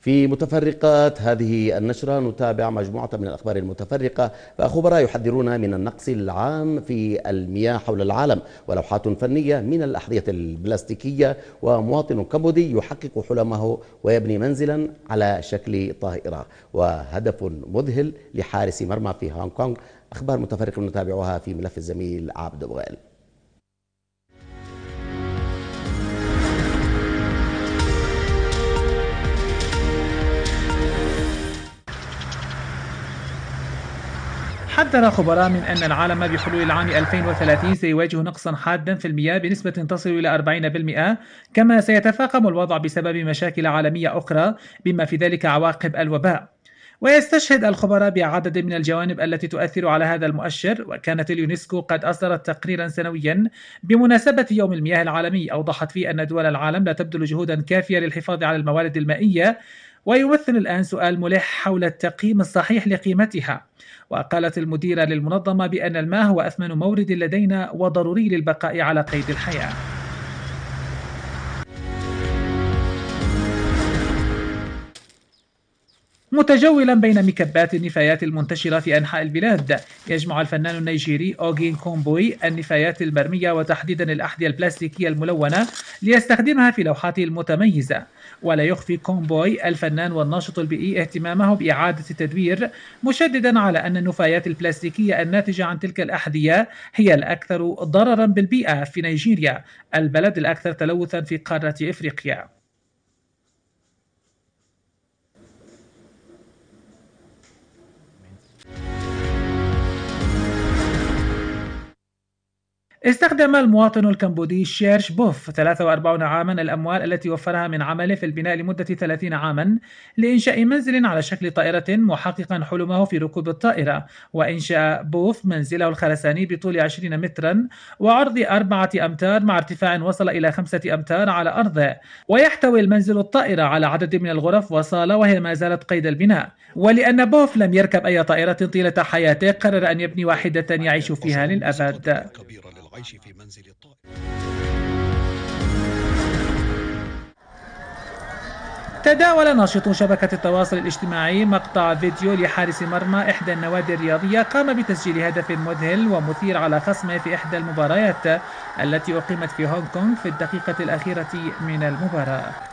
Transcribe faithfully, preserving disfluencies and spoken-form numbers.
في متفرقات هذه النشرة نتابع مجموعة من الأخبار المتفرقة، فخبراء يحذرون من النقص العام في المياه حول العالم، ولوحات فنية من الأحذية البلاستيكية، ومواطن كمبودي يحقق حلمه ويبني منزلا على شكل طائرة، وهدف مذهل لحارس مرمى في هونغ كونغ. أخبار متفرقة نتابعها في ملف الزميل عبد بغيل. حذر خبراء من أن العالم بحلول العام ألفين وثلاثين سيواجه نقصا حادا في المياه بنسبة تصل إلى أربعين بالمئة، كما سيتفاقم الوضع بسبب مشاكل عالمية أخرى بما في ذلك عواقب الوباء. ويستشهد الخبراء بعدد من الجوانب التي تؤثر على هذا المؤشر، وكانت اليونسكو قد أصدرت تقريرا سنويا بمناسبة يوم المياه العالمي أوضحت فيه أن دول العالم لا تبذل جهودا كافية للحفاظ على الموارد المائية، ويمثل الآن سؤال ملح حول التقييم الصحيح لقيمتها. وقالت المديرة للمنظمة بأن الماء هو أثمن مورد لدينا وضروري للبقاء على قيد الحياة. متجولا بين مكبات النفايات المنتشرة في أنحاء البلاد، يجمع الفنان النيجيري أوغين كومبوي النفايات المرمية وتحديدا الأحذية البلاستيكية الملونة ليستخدمها في لوحاته المتميزة. ولا يخفي كومبوي الفنان والناشط البيئي اهتمامه بإعادة التدوير، مشددا على أن النفايات البلاستيكية الناتجة عن تلك الأحذية هي الأكثر ضررا بالبيئة في نيجيريا، البلد الأكثر تلوثا في قارة إفريقيا. استخدم المواطن الكمبودي شيرش بوف ثلاثة وأربعين عاما الأموال التي وفرها من عمله في البناء لمدة ثلاثين عاما لإنشاء منزل على شكل طائرة، محققا حلمه في ركوب الطائرة. وإنشأ بوف منزله الخرساني بطول عشرين مترا وعرض أربعة أمتار مع ارتفاع وصل إلى خمسة أمتار على أرضه، ويحتوي المنزل الطائرة على عدد من الغرف وصالة وهي ما زالت قيد البناء. ولأن بوف لم يركب أي طائرة طيلة حياته قرر أن يبني واحدة يعيش فيها للأبد. العيش في منزل الطائر. تداول ناشطو شبكة التواصل الاجتماعي مقطع فيديو لحارس مرمى إحدى النوادي الرياضية قام بتسجيل هدف مذهل ومثير على خصمه في إحدى المباريات التي أقيمت في هونغ كونغ في الدقيقة الأخيرة من المباراة.